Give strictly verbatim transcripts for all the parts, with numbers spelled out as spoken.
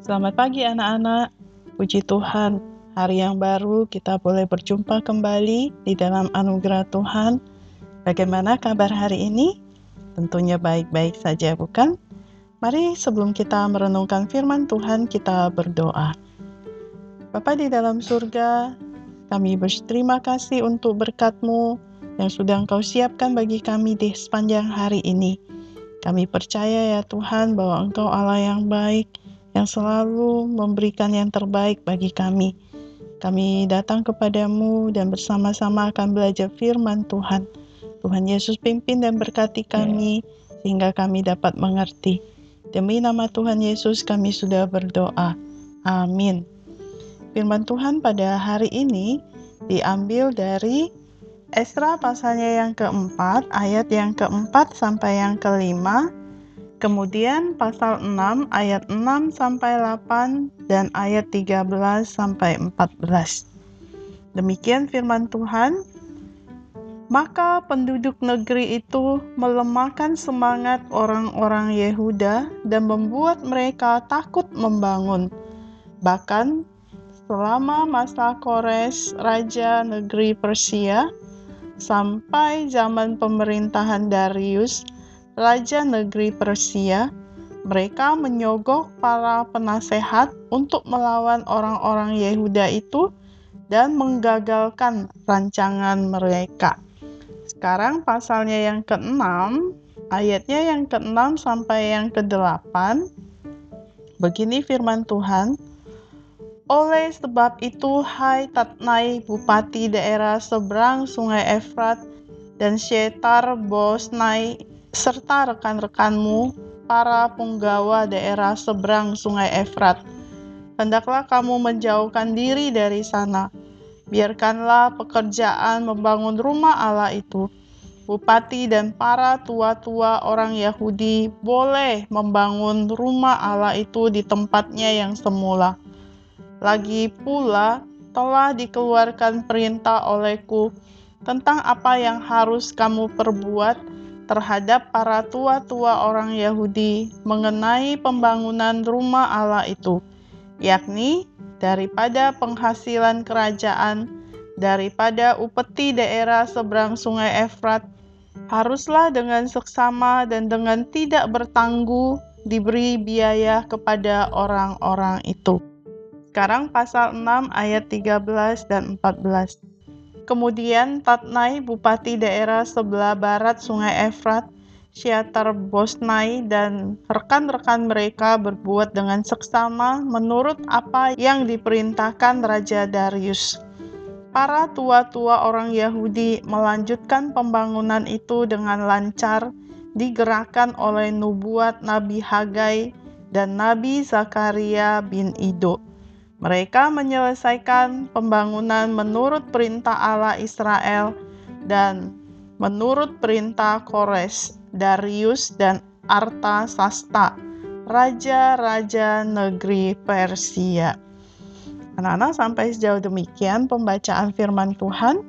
Selamat pagi anak-anak. Puji Tuhan, hari yang baru kita boleh berjumpa kembali di dalam anugerah Tuhan. Bagaimana kabar hari ini? Tentunya baik-baik saja, bukan? Mari sebelum kita merenungkan firman Tuhan, kita berdoa. Bapa di dalam surga, kami berterima kasih untuk berkat-Mu yang sudah Engkau siapkan bagi kami di sepanjang hari ini. Kami percaya ya Tuhan bahwa Engkau Allah yang baik, yang selalu memberikan yang terbaik bagi kami. Kami datang kepadamu dan bersama-sama akan belajar firman Tuhan. Tuhan Yesus pimpin dan berkati kami, sehingga kami dapat mengerti. Demi nama Tuhan Yesus kami sudah berdoa. Amin. Firman Tuhan pada hari ini diambil dari Esra pasalnya yang keempat, ayat yang keempat sampai yang kelima, kemudian pasal enam ayat enam sampai delapan dan ayat tiga belas sampai empat belas. Demikian firman Tuhan. Maka penduduk negeri itu melemahkan semangat orang-orang Yehuda dan membuat mereka takut membangun. Bahkan selama masa Kores, raja negeri Persia, sampai zaman pemerintahan Darius, raja negeri Persia, mereka menyogok para penasehat untuk melawan orang-orang Yehuda itu dan menggagalkan rancangan mereka. Sekarang pasalnya yang keenam, ayatnya yang keenam sampai yang kedelapan. Begini firman Tuhan. Oleh sebab itu, hai Tatnai, bupati daerah seberang sungai Efrat, dan Syetar Bosnai, serta rekan-rekanmu, para penggawa daerah seberang sungai Efrat, hendaklah kamu menjauhkan diri dari sana. Biarkanlah pekerjaan membangun rumah Allah itu. Bupati dan para tua-tua orang Yahudi boleh membangun rumah Allah itu di tempatnya yang semula. Lagi pula telah dikeluarkan perintah olehku tentang apa yang harus kamu perbuat terhadap para tua-tua orang Yahudi mengenai pembangunan rumah Allah itu, yakni daripada penghasilan kerajaan, daripada upeti daerah seberang sungai Efrat, haruslah dengan seksama dan dengan tidak bertangguh diberi biaya kepada orang-orang itu. Sekarang pasal enam ayat tiga belas dan empat belas. Kemudian Tatnai, bupati daerah sebelah barat sungai Efrat, Syetar Bosnai, dan rekan-rekan mereka berbuat dengan seksama menurut apa yang diperintahkan Raja Darius. Para tua-tua orang Yahudi melanjutkan pembangunan itu dengan lancar, digerakkan oleh nubuat Nabi Hagai dan Nabi Zakaria bin Ido. Mereka menyelesaikan pembangunan menurut perintah Allah Israel dan menurut perintah Kores, Darius, dan Artasasta, raja-raja negeri Persia. Anak-anak, sampai sejauh demikian pembacaan firman Tuhan.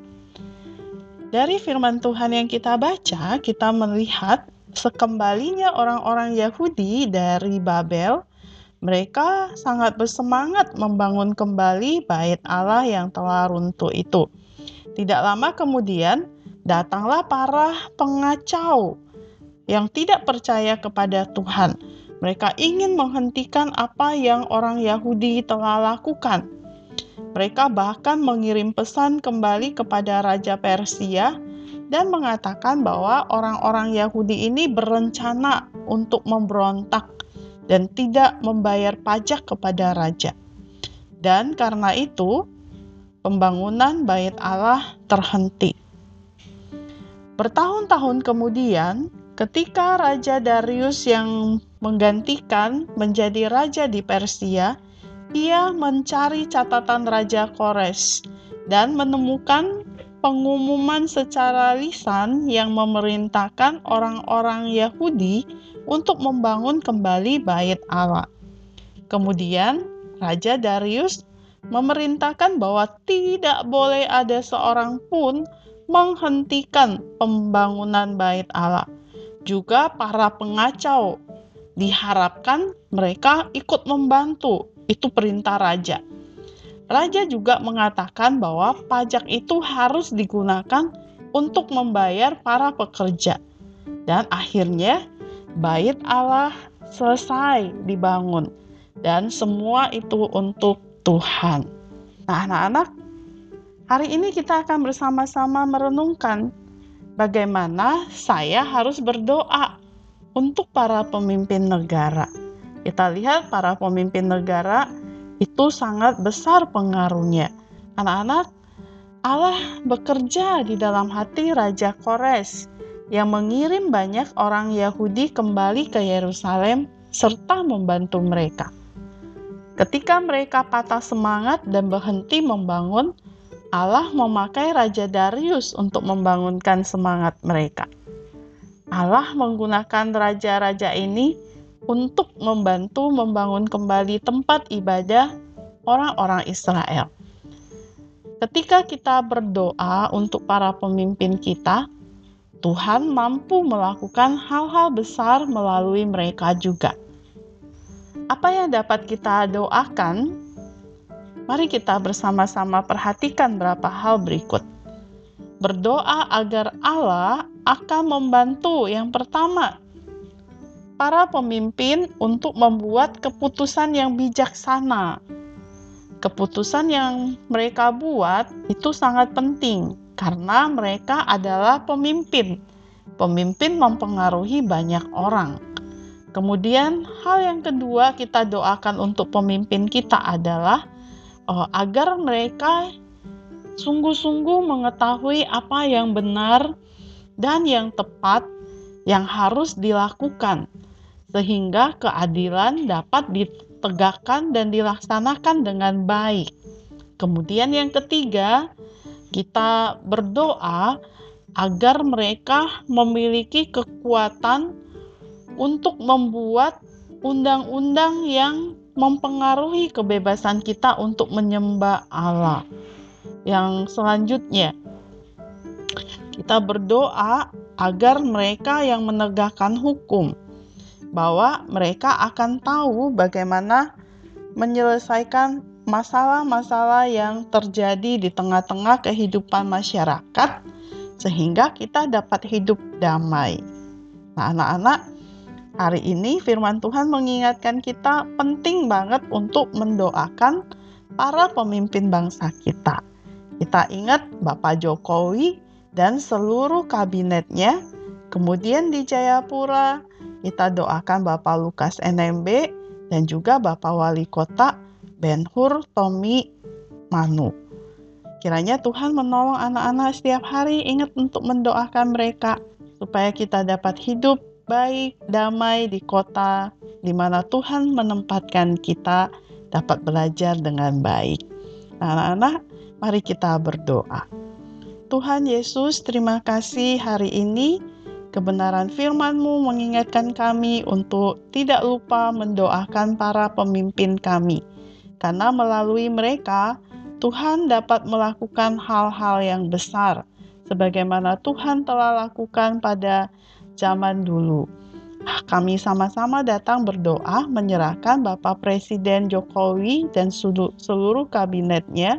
Dari firman Tuhan yang kita baca, kita melihat sekembalinya orang-orang Yahudi dari Babel, mereka sangat bersemangat membangun kembali bait Allah yang telah runtuh itu. Tidak lama kemudian, datanglah para pengacau yang tidak percaya kepada Tuhan. Mereka ingin menghentikan apa yang orang Yahudi telah lakukan. Mereka bahkan mengirim pesan kembali kepada Raja Persia dan mengatakan bahwa orang-orang Yahudi ini berencana untuk memberontak dan tidak membayar pajak kepada raja. Dan karena itu, pembangunan bait Allah terhenti. Bertahun-tahun kemudian, ketika Raja Darius yang menggantikan menjadi raja di Persia, ia mencari catatan Raja Kores dan menemukan pengumuman secara lisan yang memerintahkan orang-orang Yahudi untuk membangun kembali bait Allah. Kemudian, Raja Darius memerintahkan bahwa tidak boleh ada seorang pun menghentikan pembangunan bait Allah. Juga para pengacau diharapkan mereka ikut membantu. Itu perintah raja. Raja juga mengatakan bahwa pajak itu harus digunakan untuk membayar para pekerja. Dan akhirnya bait Allah selesai dibangun. Dan semua itu untuk Tuhan. Nah, anak-anak, hari ini kita akan bersama-sama merenungkan bagaimana saya harus berdoa untuk para pemimpin negara. Kita lihat para pemimpin negara itu sangat besar pengaruhnya. Anak-anak, Allah bekerja di dalam hati Raja Kores yang mengirim banyak orang Yahudi kembali ke Yerusalem serta membantu mereka. Ketika mereka patah semangat dan berhenti membangun, Allah memakai Raja Darius untuk membangunkan semangat mereka. Allah menggunakan raja-raja ini untuk membantu membangun kembali tempat ibadah orang-orang Israel. Ketika kita berdoa untuk para pemimpin kita, Tuhan mampu melakukan hal-hal besar melalui mereka juga. Apa yang dapat kita doakan? Mari kita bersama-sama perhatikan beberapa hal berikut. Berdoa agar Allah akan membantu yang pertama, para pemimpin untuk membuat keputusan yang bijaksana. Keputusan yang mereka buat itu sangat penting karena mereka adalah pemimpin. Pemimpin mempengaruhi banyak orang. Kemudian hal yang kedua kita doakan untuk pemimpin kita adalah oh, agar mereka sungguh-sungguh mengetahui apa yang benar dan yang tepat yang harus dilakukan, sehingga keadilan dapat ditegakkan dan dilaksanakan dengan baik. Kemudian yang ketiga, kita berdoa agar mereka memiliki kekuatan untuk membuat undang-undang yang mempengaruhi kebebasan kita untuk menyembah Allah. Yang selanjutnya, kita berdoa agar mereka yang menegakkan hukum, bahwa mereka akan tahu bagaimana menyelesaikan masalah-masalah yang terjadi di tengah-tengah kehidupan masyarakat, sehingga kita dapat hidup damai. Nah, anak-anak, hari ini firman Tuhan mengingatkan kita penting banget untuk mendoakan para pemimpin bangsa kita. Kita ingat Bapak Jokowi dan seluruh kabinetnya. Kemudian di Jayapura, kita doakan Bapak Lukas N M B dan juga Bapak Wali Kota Ben-Hur Tommy Manu. Kiranya Tuhan menolong anak-anak setiap hari ingat untuk mendoakan mereka supaya kita dapat hidup baik, damai di kota di mana Tuhan menempatkan kita dapat belajar dengan baik. Anak-anak, mari kita berdoa. Tuhan Yesus, terima kasih hari ini kebenaran firman-Mu mengingatkan kami untuk tidak lupa mendoakan para pemimpin kami. Karena melalui mereka, Tuhan dapat melakukan hal-hal yang besar, sebagaimana Tuhan telah lakukan pada zaman dulu. Kami sama-sama datang berdoa menyerahkan Bapak Presiden Jokowi dan seluruh kabinetnya.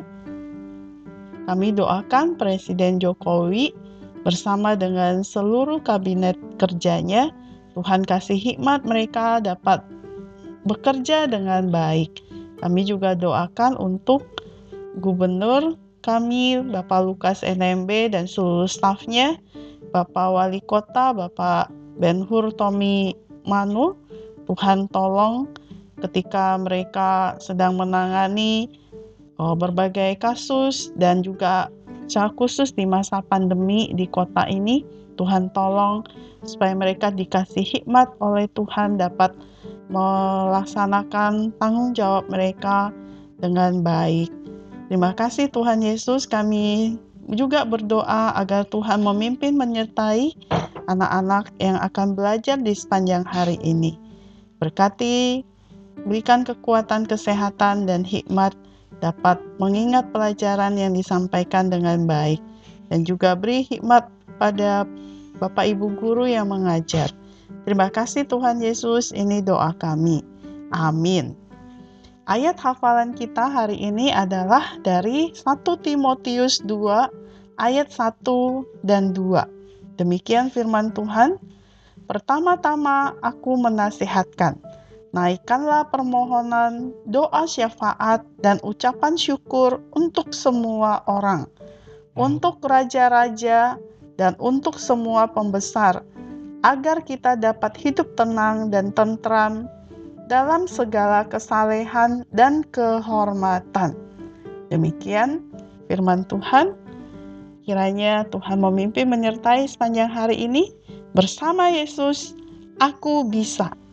Kami doakan Presiden Jokowi bersama dengan seluruh kabinet kerjanya, Tuhan kasih hikmat mereka dapat bekerja dengan baik. Kami juga doakan untuk Gubernur kami, Bapak Lukas N M B dan seluruh stafnya, Bapak Wali Kota, Bapak Ben-Hur Tommy Manu, Tuhan tolong ketika mereka sedang menangani oh, berbagai kasus dan juga secara khusus di masa pandemi di kota ini, Tuhan tolong supaya mereka dikasih hikmat oleh Tuhan dapat melaksanakan tanggung jawab mereka dengan baik. Terima kasih Tuhan Yesus, kami juga berdoa agar Tuhan memimpin menyertai anak-anak yang akan belajar di sepanjang hari ini. Berkati, berikan kekuatan, kesehatan, dan hikmat dapat mengingat pelajaran yang disampaikan dengan baik. Dan juga beri hikmat pada Bapak Ibu Guru yang mengajar. Terima kasih Tuhan Yesus, ini doa kami. Amin. Ayat hafalan kita hari ini adalah dari satu Timotius dua ayat satu dan dua. Demikian firman Tuhan. Pertama-tama aku menasihatkan, naikkanlah permohonan, doa syafaat, dan ucapan syukur untuk semua orang, untuk raja-raja, dan untuk semua pembesar, agar kita dapat hidup tenang dan tentram dalam segala kesalehan dan kehormatan. Demikian firman Tuhan. Kiranya Tuhan memimpin menyertai sepanjang hari ini. Bersama Yesus, aku bisa.